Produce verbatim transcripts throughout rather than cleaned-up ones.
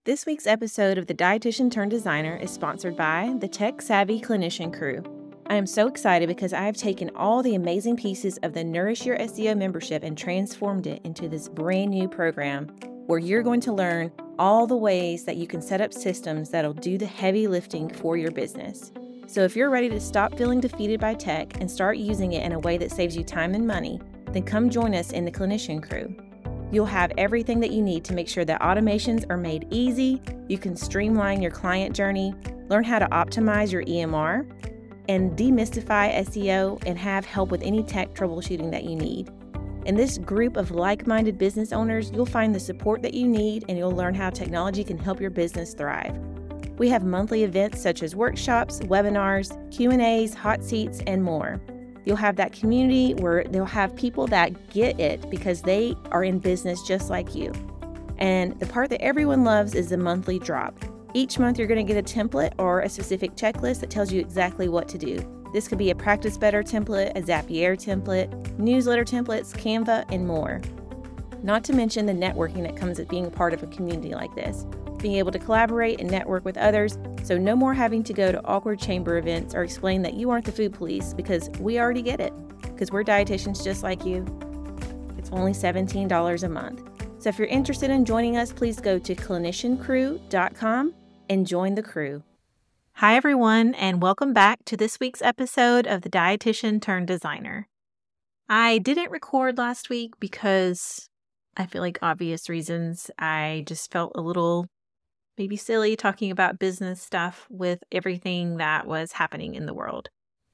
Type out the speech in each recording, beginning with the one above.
This week's episode of The Dietitian Turned Designer is sponsored by the Tech Savvy Clinician Crew. I am so excited because I have taken all the amazing pieces of the Nourish Your S E O membership and transformed it into this brand new program where you're going to learn all the ways that you can set up systems that'll do the heavy lifting for your business. So if you're ready to stop feeling defeated by tech and start using it in a way that saves you time and money, then come join us in the Clinician Crew. You'll have everything that you need to make sure that automations are made easy, you can streamline your client journey, learn how to optimize your E M R, and demystify S E O and have help with any tech troubleshooting that you need. In this group of like-minded business owners, you'll find the support that you need and you'll learn how technology can help your business thrive. We have monthly events such as workshops, webinars, Q and A's, hot seats, and more. You'll have that community where they'll have people that get it because they are in business just like you. And the part that everyone loves is the monthly drop. Each month you're going to get a template or a specific checklist that tells you exactly what to do. This could be a Practice Better template, a Zapier template, newsletter templates, Canva, and more. Not to mention the networking that comes with being a part of a community like this. Being able to collaborate and network with others, so no more having to go to awkward chamber events or explain that you aren't the food police because we already get it, because we're dietitians just like you. It's only seventeen dollars a month. So if you're interested in joining us, please go to clinician crew dot com and join the crew. Hi everyone, and welcome back to this week's episode of The Dietitian Turned Designer. I didn't record last week because I feel like obvious reasons. I just felt a little maybe silly talking about business stuff with everything that was happening in the world.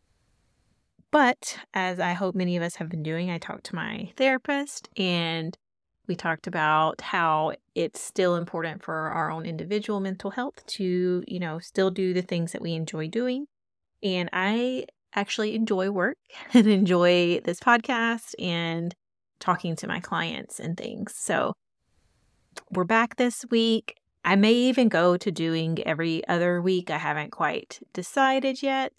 But as I hope many of us have been doing, I talked to my therapist and we talked about how it's still important for our own individual mental health to, you know, still do the things that we enjoy doing. And I actually enjoy work and enjoy this podcast and talking to my clients and things. So we're back this week. I may even go to doing every other week. I haven't quite decided yet.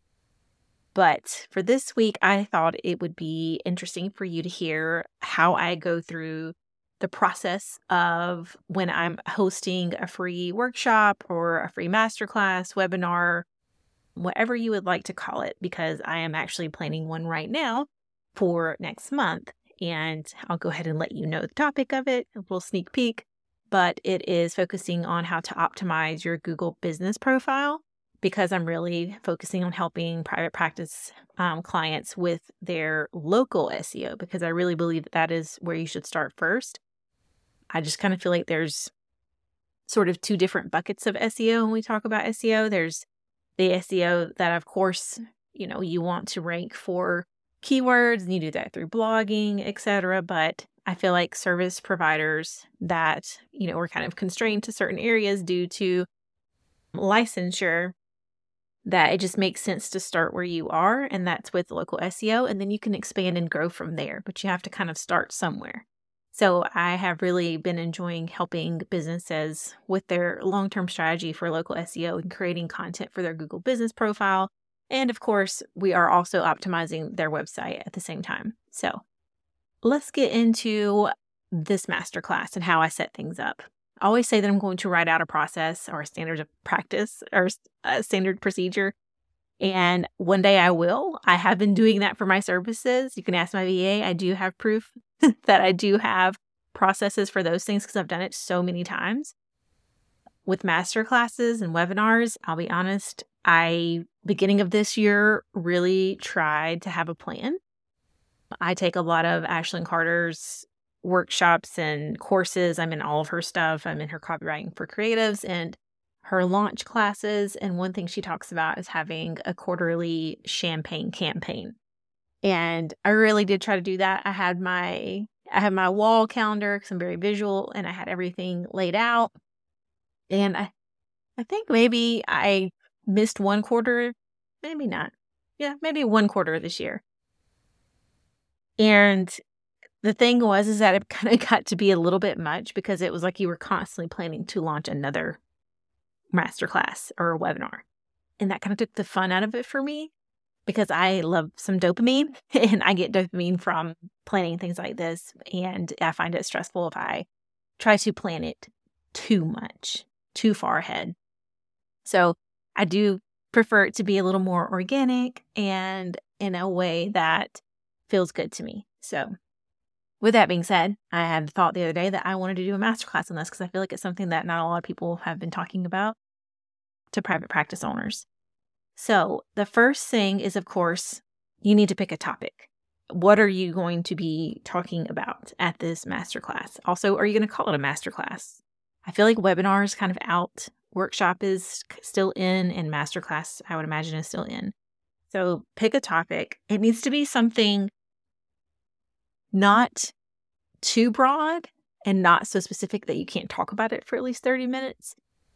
But for this week, I thought it would be interesting for you to hear how I go through the process of when I'm hosting a free workshop or a free masterclass, webinar, whatever you would like to call it, because I am actually planning one right now for next month. And I'll go ahead and let you know the topic of it, a little sneak peek. But it is focusing on how to optimize your Google business profile because I'm really focusing on helping private practice um, clients with their local S E O because I really believe that that is where you should start first. I just kind of feel like there's sort of two different buckets of S E O when we talk about S E O. There's the S E O that, of course, you know, you want to rank for keywords and you do that through blogging, et cetera. But I feel like service providers that, you know, are kind of constrained to certain areas due to licensure, that it just makes sense to start where you are, and that's with local S E O, and then you can expand and grow from there, but you have to kind of start somewhere. So I have really been enjoying helping businesses with their long-term strategy for local S E O and creating content for their Google business profile. And of course, we are also optimizing their website at the same time. So let's get into this masterclass and how I set things up. I always say that I'm going to write out a process or a standard of practice or a standard procedure. And one day I will. I have been doing that for my services. You can ask my V A. I do have proof that I do have processes for those things because I've done it so many times. With masterclasses and webinars, I'll be honest, I, beginning of this year, really tried to have a plan. I take a lot of Ashlyn Carter's workshops and courses. I'm in all of her stuff. I'm in her copywriting for creatives and her launch classes. And one thing she talks about is having a quarterly champagne campaign. And I really did try to do that. I had my I had my wall calendar because I'm very visual and I had everything laid out. And I I think maybe I missed one quarter, maybe not. Yeah, maybe one quarter this year. And the thing was, is that it kind of got to be a little bit much because it was like you were constantly planning to launch another masterclass or a webinar. And that kind of took the fun out of it for me because I love some dopamine and I get dopamine from planning things like this. And I find it stressful if I try to plan it too much, too far ahead. So I do prefer it to be a little more organic and in a way that feels good to me. So with that being said, I had the thought the other day that I wanted to do a masterclass on this because I feel like it's something that not a lot of people have been talking about to private practice owners. So the first thing is, of course, you need to pick a topic. What are you going to be talking about at this masterclass? Also, are you going to call it a masterclass? I feel like webinar is kind of out. Workshop is still in, and masterclass, I would imagine, is still in. So pick a topic. It needs to be something not too broad and not so specific that you can't talk about it for at least thirty minutes.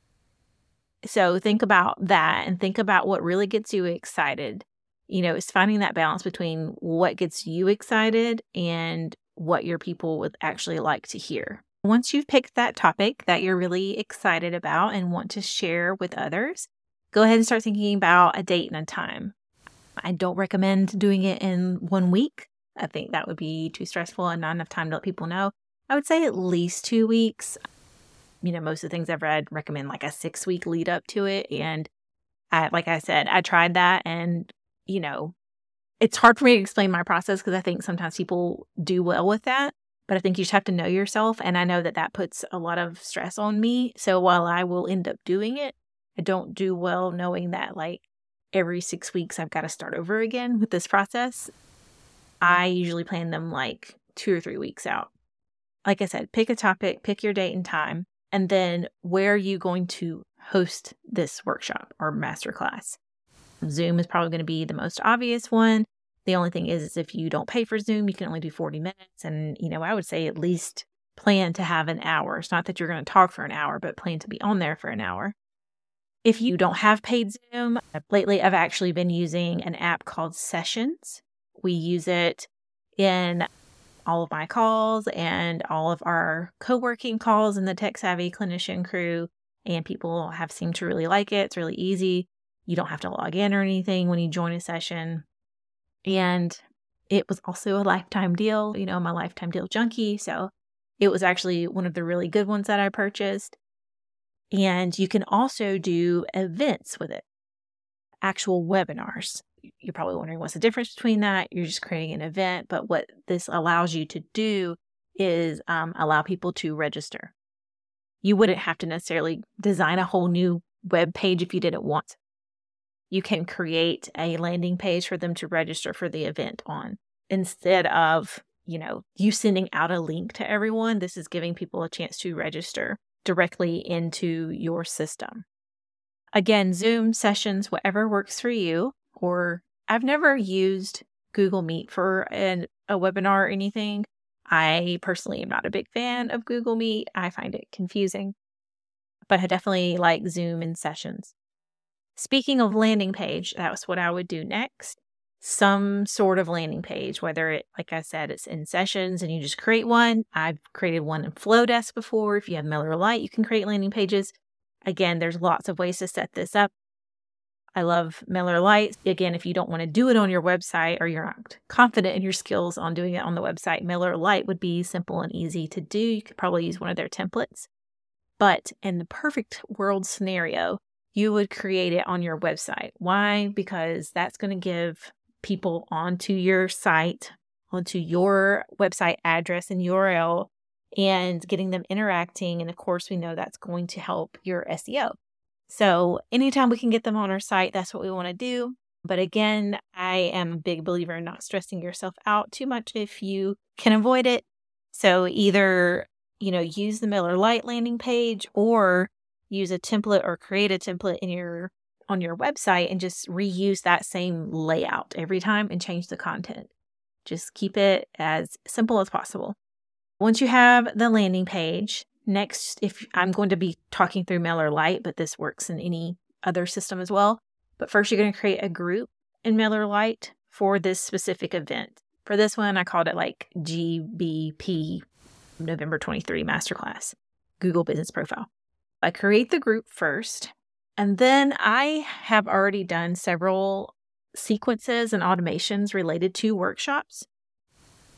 So think about that and think about what really gets you excited. You know, it's finding that balance between what gets you excited and what your people would actually like to hear. Once you've picked that topic that you're really excited about and want to share with others, go ahead and start thinking about a date and a time. I don't recommend doing it in one week. I think that would be too stressful and not enough time to let people know. I would say at least two weeks. You know, most of the things I've read recommend like a six week lead up to it. And I, like I said, I tried that and, you know, it's hard for me to explain my process because I think sometimes people do well with that. But I think you just have to know yourself. And I know that that puts a lot of stress on me. So while I will end up doing it, I don't do well knowing that like every six weeks I've got to start over again with this process. I usually plan them like two or three weeks out. Like I said, pick a topic, pick your date and time, and then where are you going to host this workshop or masterclass? Zoom is probably going to be the most obvious one. The only thing is, is if you don't pay for Zoom, you can only do forty minutes. And, you know, I would say at least plan to have an hour. It's not that you're going to talk for an hour, but plan to be on there for an hour. If you don't have paid Zoom, lately I've actually been using an app called Sessions. We use it in all of my calls and all of our co-working calls in the Tech Savvy Clinician crew, and people have seemed to really like it. It's really easy. You don't have to log in or anything when you join a session. And it was also a lifetime deal. You know, I'm a lifetime deal junkie, so it was actually one of the really good ones that I purchased. And you can also do events with it, actual webinars. You're probably wondering what's the difference between that. You're just creating an event, but what this allows you to do is um, allow people to register. You wouldn't have to necessarily design a whole new web page if you did it once. You can create a landing page for them to register for the event on. Instead of, you know, you sending out a link to everyone, this is giving people a chance to register directly into your system. Again, Zoom, Sessions, whatever works for you. Or I've never used Google Meet for an, a webinar or anything. I personally am not a big fan of Google Meet. I find it confusing, but I definitely like Zoom and Sessions. Speaking of landing page, that's what I would do next. Some sort of landing page, whether it, like I said, it's in Sessions and you just create one. I've created one in Flowdesk before. If you have MailerLite, you can create landing pages. Again, there's lots of ways to set this up. I love MailerLite. Again, if you don't want to do it on your website or you're not confident in your skills on doing it on the website, MailerLite would be simple and easy to do. You could probably use one of their templates. But in the perfect world scenario, you would create it on your website. Why? Because that's going to give people onto your site, onto your website address and U R L, and getting them interacting. And of course, we know that's going to help your S E O. So anytime we can get them on our site, that's what we want to do. But again, I am a big believer in not stressing yourself out too much if you can avoid it. So either, you know, use the MailerLite landing page or use a template or create a template in your on your website and just reuse that same layout every time and change the content. Just keep it as simple as possible. Once you have the landing page, next, if I'm going to be talking through MailerLite, but this works in any other system as well. But first, you're going to create a group in MailerLite for this specific event. For this one, I called it like G B P November twenty-three Masterclass, Google Business Profile. I create the group first, and then I have already done several sequences and automations related to workshops.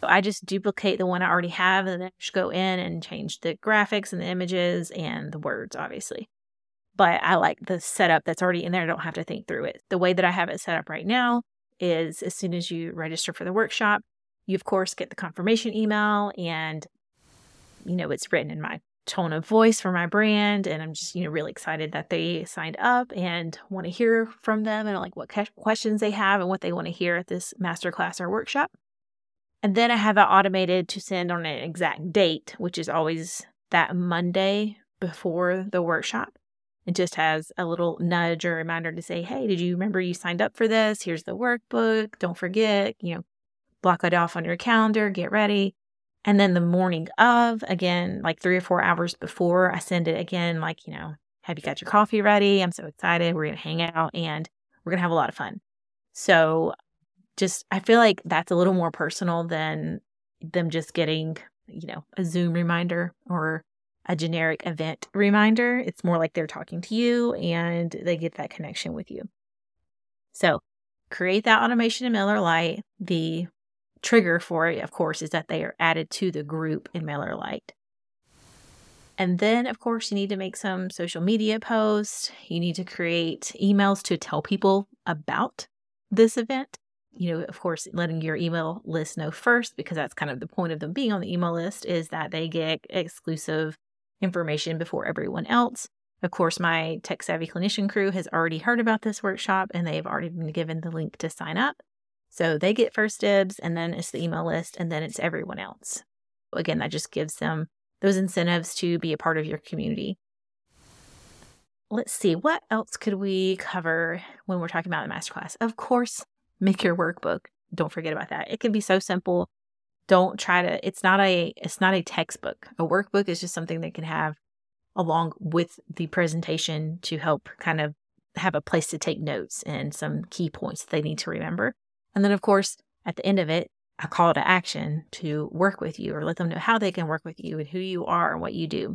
So I just duplicate the one I already have and then just go in and change the graphics and the images and the words, obviously. But I like the setup that's already in there. I don't have to think through it. The way that I have it set up right now is as soon as you register for the workshop, you of course get the confirmation email, and you know, it's written in my tone of voice for my brand. And I'm just, you know, really excited that they signed up and want to hear from them and like what questions they have and what they want to hear at this masterclass or workshop. And then I have it automated to send on an exact date, which is always that Monday before the workshop. It just has a little nudge or reminder to say, hey, did you remember you signed up for this? Here's the workbook. Don't forget, you know, block it off on your calendar, get ready. And then the morning of, again, like three or four hours before, I send it again, like, you know, have you got your coffee ready? I'm so excited. We're going to hang out and we're going to have a lot of fun. So just, I feel like that's a little more personal than them just getting, you know, a Zoom reminder or a generic event reminder. It's more like they're talking to you and they get that connection with you. So create that automation in MailerLite. The trigger for it, of course, is that they are added to the group in MailerLite. And then, of course, you need to make some social media posts. You need to create emails to tell people about this event. You know, of course, letting your email list know first, because that's kind of the point of them being on the email list, is that they get exclusive information before everyone else. Of course, my Tech Savvy Clinician crew has already heard about this workshop and they've already been given the link to sign up. So they get first dibs, and then it's the email list, and then it's everyone else. Again, that just gives them those incentives to be a part of your community. Let's see, what else could we cover when we're talking about the masterclass? Of course, make your workbook. Don't forget about that. It can be so simple. Don't try to, it's not a, it's not a textbook. A workbook is just something that can have along with the presentation to help kind of have a place to take notes and some key points that they need to remember. And then, of course, at the end of it, a call to action to work with you or let them know how they can work with you and who you are and what you do.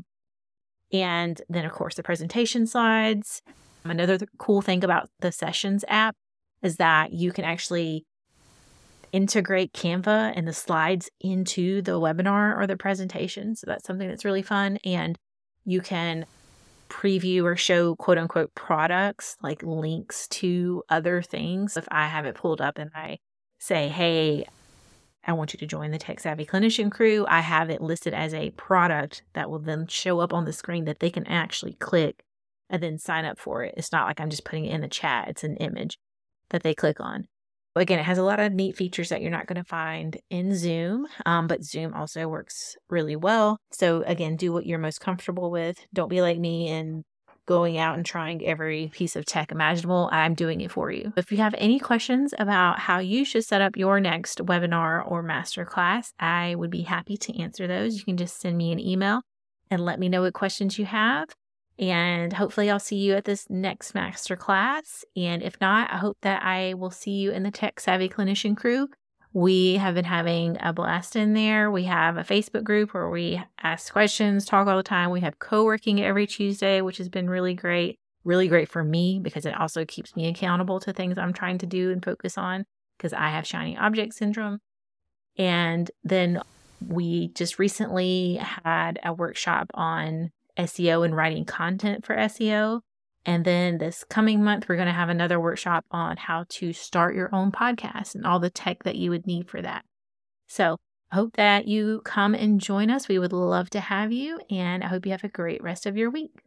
And then, of course, the presentation slides. Another cool thing about the Sessions app is that you can actually integrate Canva and the slides into the webinar or the presentation. So that's something that's really fun. And you can preview or show quote unquote products, like links to other things. If I have it pulled up and I say, hey, I want you to join the Tech Savvy Clinician crew, I have it listed as a product that will then show up on the screen that they can actually click and then sign up for it. It's not like I'm just putting it in the chat. It's an image that they click on. Again, it has a lot of neat features that you're not going to find in Zoom, um, but Zoom also works really well. So again, do what you're most comfortable with. Don't be like me and going out and trying every piece of tech imaginable. I'm doing it for you. If you have any questions about how you should set up your next webinar or masterclass, I would be happy to answer those. You can just send me an email and let me know what questions you have. And hopefully I'll see you at this next masterclass. And if not, I hope that I will see you in the Tech Savvy Clinician crew. We have been having a blast in there. We have a Facebook group where we ask questions, talk all the time. We have co-working every Tuesday, which has been really great. Really great for me because it also keeps me accountable to things I'm trying to do and focus on because I have shiny object syndrome. And then we just recently had a workshop on S E O and writing content for S E O. And then this coming month, we're going to have another workshop on how to start your own podcast and all the tech that you would need for that. So I hope that you come and join us. We would love to have you. And I hope you have a great rest of your week.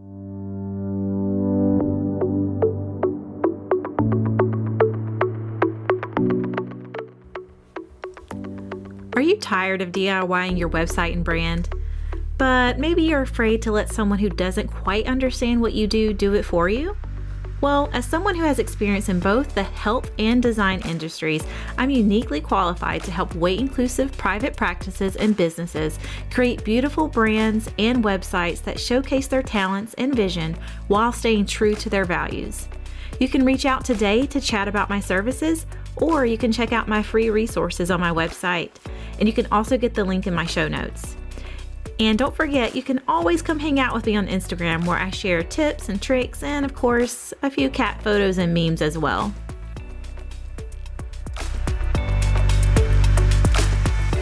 Are you tired of DIYing your website and brand? But maybe you're afraid to let someone who doesn't quite understand what you do do it for you? Well, as someone who has experience in both the health and design industries, I'm uniquely qualified to help weight-inclusive private practices and businesses create beautiful brands and websites that showcase their talents and vision while staying true to their values. You can reach out today to chat about my services, or you can check out my free resources on my website. And you can also get the link in my show notes. And don't forget, you can always come hang out with me on Instagram where I share tips and tricks and, of course, a few cat photos and memes as well.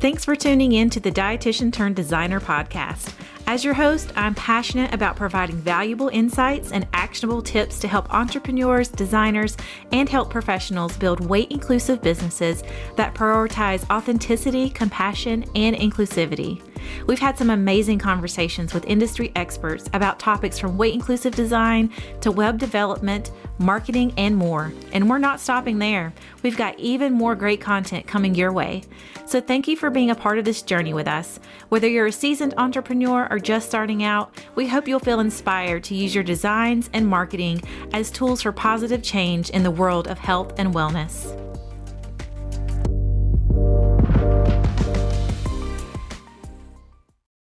Thanks for tuning in to the Dietitian Turned Designer podcast. As your host, I'm passionate about providing valuable insights and actionable tips to help entrepreneurs, designers, and health professionals build weight-inclusive businesses that prioritize authenticity, compassion, and inclusivity. We've had some amazing conversations with industry experts about topics from weight-inclusive design to web development, marketing, and more. And we're not stopping there. We've got even more great content coming your way. So thank you for being a part of this journey with us. Whether you're a seasoned entrepreneur or just starting out, we hope you'll feel inspired to use your designs and marketing as tools for positive change in the world of health and wellness.